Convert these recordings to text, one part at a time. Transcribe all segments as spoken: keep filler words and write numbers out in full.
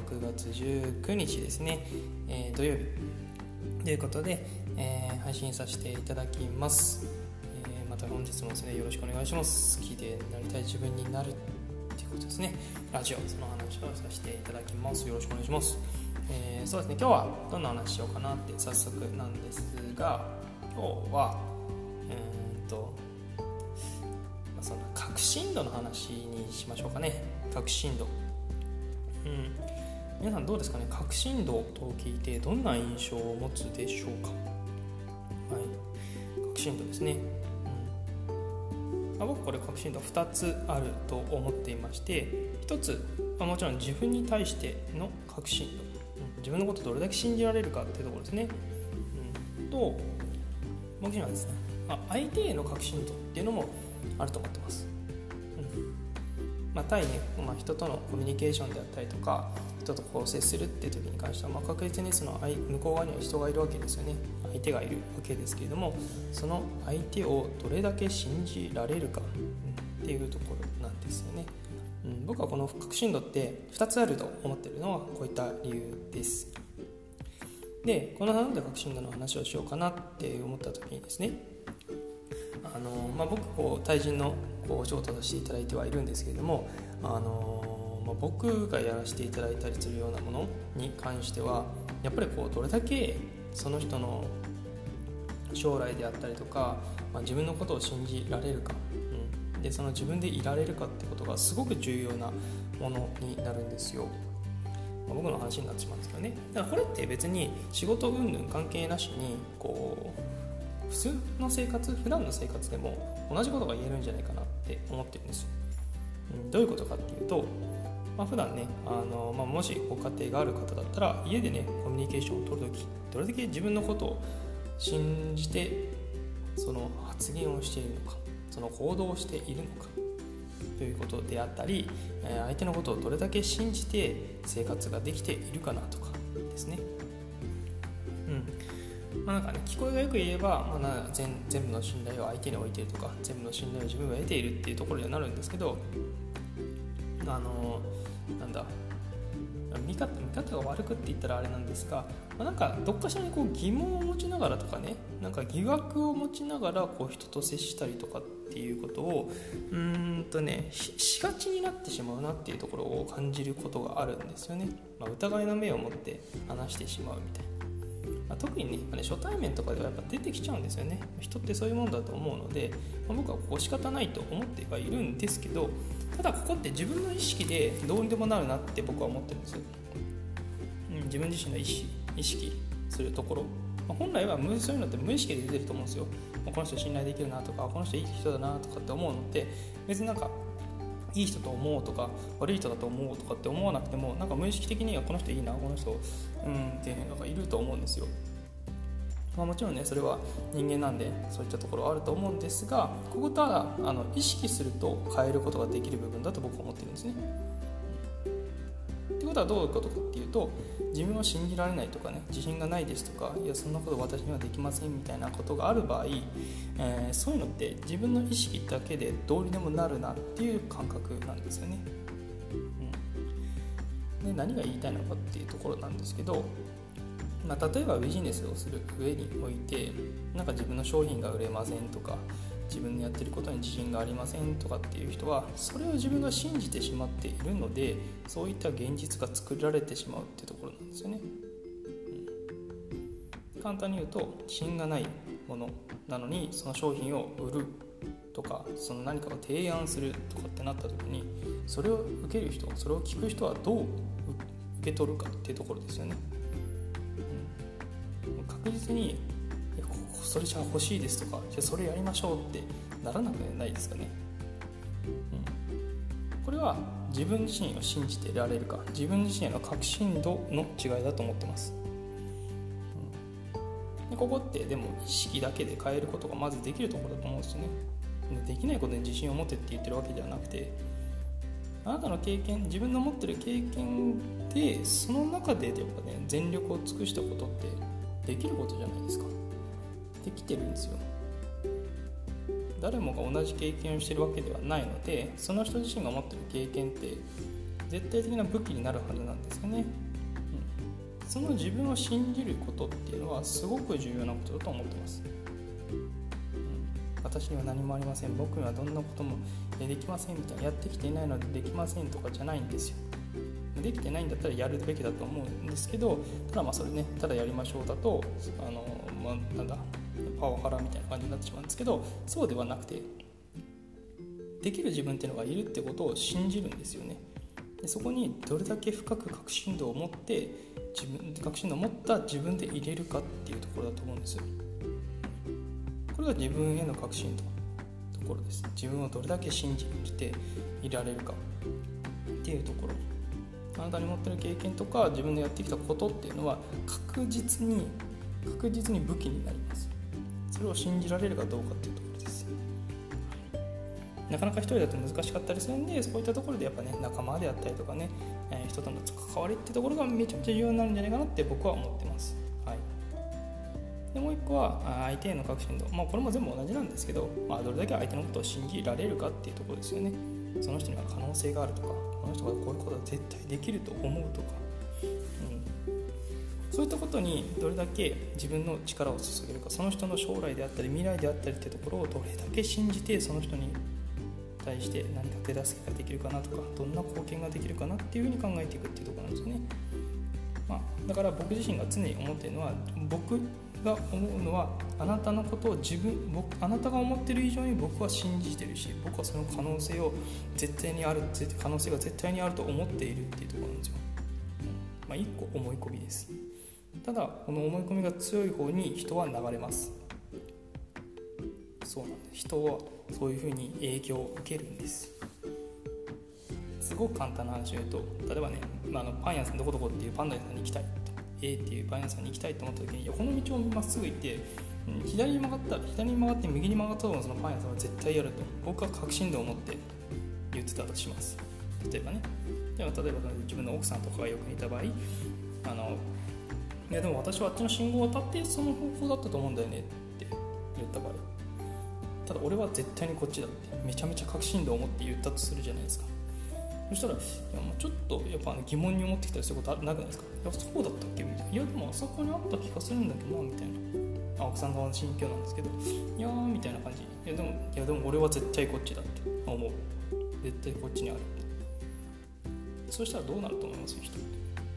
くがつじゅうくにちですね、えー、土曜日ということで、えー、配信させていただきます。えー、また本日もですねよろしくお願いします。好きでなりたい自分になるということですね。ラジオその話をさせていただきます。よろしくお願いします。えー、そうですね今日はどんな話しようかなって早速なんですが、今日はうーんとその確信度の話にしましょうかね。確信度、うん、皆さんどうですかね。確信度と聞いてどんな印象を持つでしょうか。はい、確信度ですね、うんまあ、僕これ確信度ふたつあると思っていまして、ひとつ、まあ、もちろん自分に対しての確信度、うん、自分のことをどれだけ信じられるかっていうところですね、うん、ともう一つはですね、まあ、相手への確信度っていうのもあると思ってます。うんまあ、対ね、まあ、人とのコミュニケーションであったりとか、人とこう接するっていう時に関しては、まあ、確実にその向こう側には人がいるわけですよね。相手がいるわけですけれども、その相手をどれだけ信じられるか、うん、っていうところなんですよね。うん、僕はこの確信度ってふたつあると思っているのはこういった理由です。で、このなんで確信度の話をしようかなって思った時にですね、あのまあ、僕こう対人のこうお仕事させていただいてはいるんですけれども、あの、まあ、僕がやらせていただいたりするようなものに関してはやっぱりこうどれだけその人の将来であったりとか、まあ、自分のことを信じられるか、うん、でその自分でいられるかってことがすごく重要なものになるんですよ。まあ、僕の話になってしまうんですけどね。だからこれって別に仕事云々関係なしにこう普通の生活、普段の生活でも同じことが言えるんじゃないかなって思ってるんですよ。うん、どういうことかっていうと、まあ、普段ね、あの、まあ、もしご家庭がある方だったら家でねコミュニケーションを取るとき、どれだけ自分のことを信じてその発言をしているのか、その行動をしているのかということであったり、相手のことをどれだけ信じて生活ができているかなとかですね。うんまあ、なんかね、聞こえがよく言えば、まあ、な 全, 全部の信頼を相手に置いているとか、全部の信頼を自分が得ているっていうところにはなるんですけど、あのなんだ見方, 見方が悪くって言ったらあれなんですが、まあ、なんかどっかしらにこう疑問を持ちながらとかね、なんか疑惑を持ちながらこう人と接したりとかっていうことをうーんとね し, しがちになってしまうなっていうところを感じることがあるんですよね。まあ、疑いの目を持って話してしまうみたいな。まあ、特に ね, ね初対面とかではやっぱ出てきちゃうんですよね。人ってそういうもんだと思うので、まあ、僕はここ仕方ないと思ってはいるんですけど、ただここって自分の意識でどうにでもなるなって僕は思ってるんですよ。うん、自分自身の意識、意識するところ、まあ、本来はそういうのって無意識で出てると思うんですよ。まあ、この人信頼できるなとか、この人いい人だなとかって思うのって別になんかいい人と思うとか悪い人だと思うとかって思わなくても、なんか無意識的にはこの人いいな、この人うんっていうのがいると思うんですよ。まあ、もちろんねそれは人間なんでそういったところはあると思うんですが、ここただあの意識すると変えることができる部分だと僕は思ってるんですね。ってことはどういうことかっていうと、自分を信じられないとかね、自信がないですとか、いやそんなこと私にはできませんみたいなことがある場合、えー、そういうのって自分の意識だけでどうにでもなるなっていう感覚なんですよね。うん、で何が言いたいのかっていうところなんですけど、まあ、例えばビジネスをする上において、なんか自分の商品が売れませんとか、自分のやってることに自信がありませんとかっていう人は、それを自分が信じてしまっているので、そういった現実が作られてしまうっていうところなんですよね。うん、簡単に言うと、自信がないものなのにその商品を売るとか、その何かを提案するとかってなった時に、それを受ける人、それを聞く人はどう受け取るかっていうところですよね。確実にいやそれじゃあ欲しいですとか、じゃあそれやりましょうってならなくないですかね。うん、これは自分自身を信じていられるか、自分自身への確信度の違いだと思ってます。うん、でここってでも意識だけで変えることがまずできるところだと思うんですよね。できないことに自信を持てって言ってるわけではなくて、あなたの経験、自分の持ってる経験でその中でやっぱね全力を尽くしたことってできることじゃないですか。できてるんですよ。誰もが同じ経験をしてるわけではないので、その人自身が持ってる経験って絶対的な武器になるはずなんですよね、うん、その自分を信じることっていうのはすごく重要なことだと思ってます、うん、私には何もありません、僕にはどんなこともできませんみたいな、やってきていないのでできませんとかじゃないんですよ。できてないんだったらやるべきだと思うんですけど、ただまあそれね、ただやりましょうだとあの、まあ、なんだパワハラみたいな感じになってしまうんですけど、そうではなくてできる自分っていうのがいるってことを信じるんですよね。でそこにどれだけ深く確信度を持って自分確信度を持った自分で入れるかっていうところだと思うんですよ。これが自分への確信度のところです。自分をどれだけ信じていられるかっていうところ、あなたに持ってる経験とか自分でやってきたことっていうのは確実に確実に武器になります。それを信じられるかどうかっていうところです。なかなか一人だと難しかったりするんで、そういったところでやっぱね、仲間であったりとかね、えー、人との関わりっていうところがめちゃめちゃ重要になるんじゃないかなって僕は思ってます。はい、でもう一個は相手への確信度、まあ、これも全部同じなんですけど、まあ、どれだけ相手のことを信じられるかっていうところですよね。その人には可能性があるとか、この人がこういうことは絶対できると思うとか、うん、そういったことにどれだけ自分の力を注げるか、その人の将来であったり未来であったりっていうところをどれだけ信じてその人に対して何か手助けができるかなとか、どんな貢献ができるかなっていうふうに考えていくっていうところなんですよね。まあ、だから僕自身が常に思っているのは、僕が思うのはあなたのことを自分僕あなたが思っている以上に僕は信じてるし、僕はその可能性を絶対にある可能性が絶対にあると思っているっていうところなんですよ。まあ、一個思い込みです。ただこの思い込みが強い方に人は流れます。そうなんです。人はそういうふうに影響を受けるんです。すごく簡単な話を言うと、例えばね、まあ、あのパン屋さんどこどこっていうパン屋さんに行きたいと、A っていうパン屋さんに行きたいと思った時に、いやこの道をまっすぐ行って、うん、左に曲がった左に曲がって右に曲がったとそのパン屋さんは絶対やると僕は確信度を持って言ってたとします。例えばね、では例えば自分の奥さんとかがよくいた場合、あのいやでも私はあっちの信号を渡ってその方向だったと思うんだよねって言った場合、ただ俺は絶対にこっちだってめちゃめちゃ確信度を持って言ったとするじゃないですか。そしたらいやもうちょっとやっぱ、ね、疑問に思ってきたりすることなくないですか。いやそうだったっけみたいな、いやでもあそこにあった気がするんだけどなみたいな、あ奥さんの心境なんですけど、いやーみたいな感じ、いやでもいやでも俺は絶対こっちだって思う、絶対こっちにあるって。そうしたらどうなると思います人って。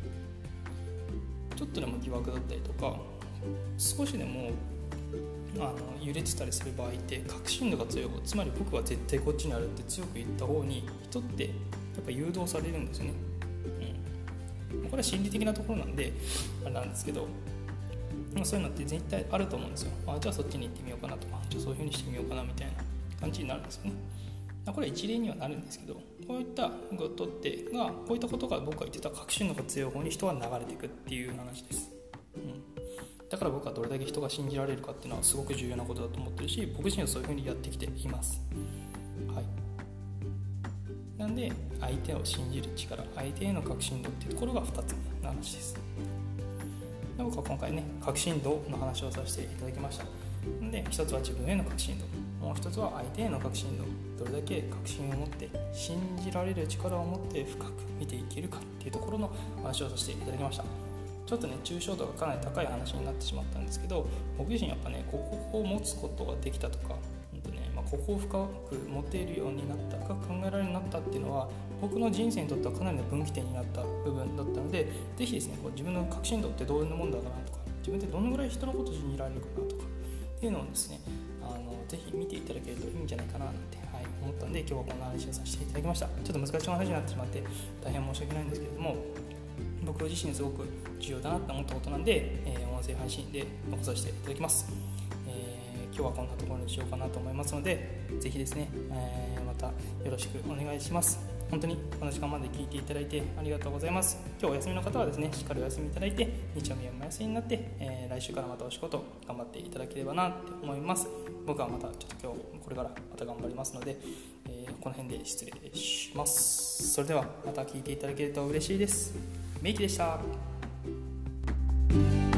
ちょっとでも疑惑だったりとか少しでもあの揺れてたりする場合って確信度が強い方、つまり僕は絶対こっちにあるって強く言った方に人ってやっぱ誘導されるんですよね、うん、これは心理的なところなんであれなんですけど、そういうのって絶対あると思うんですよ。あじゃあそっちに行ってみようかなとか、じゃあそういう風にしてみようかなみたいな感じになるんですよね。これは一例にはなるんですけど、こういったことってがこういったことが僕が言ってた確信度が強い方に人は流れていくっていう話です、うん、だから僕はどれだけ人が信じられるかっていうのはすごく重要なことだと思ってるし、僕自身はそういう風にやってきています。はい。なんで相手を信じる力、相手への確信度っていうところがふたつめの話です。で僕は今回ね確信度の話をさせていただきました。でひとつは自分への確信度、もう一つは相手への確信度、どれだけ確信を持って信じられる力を持って深く見ていけるかっていうところの話をさせていただきました。ちょっとね抽象度がかなり高い話になってしまったんですけど、僕自身やっぱねここを持つことができたとか、本当ねまあ、ここを深く持っているようになったか考えられるようになったっていうのは僕の人生にとってはかなりの分岐点になった部分だったので、ぜひですねこう自分の確信度ってどういうもんだかなとか、自分ってどのぐらい人のことを信じられるかなとかっていうのをですねあのぜひ見ていただけるといいんじゃないかななんて、はい、思ったんで今日はこんな話をさせていただきました。ちょっと難しい話になってしまって大変申し訳ないんですけれども、僕自身すごく重要だなって思ったことなんで、えー、音声配信で残させていただきます、えー、今日はこんなところにしようかなと思いますので、ぜひですね、えー、またよろしくお願いします。本当にこの時間まで聞いていただいてありがとうございます。今日お休みの方はですねしっかりお休みいただいて、日曜日はお休みになって、えー、来週からまたお仕事頑張っていただければなって思います。僕はまたちょっと今日これからまた頑張りますので、えー、この辺で失礼します。それではまた聞いていただけると嬉しいです。メイキでした。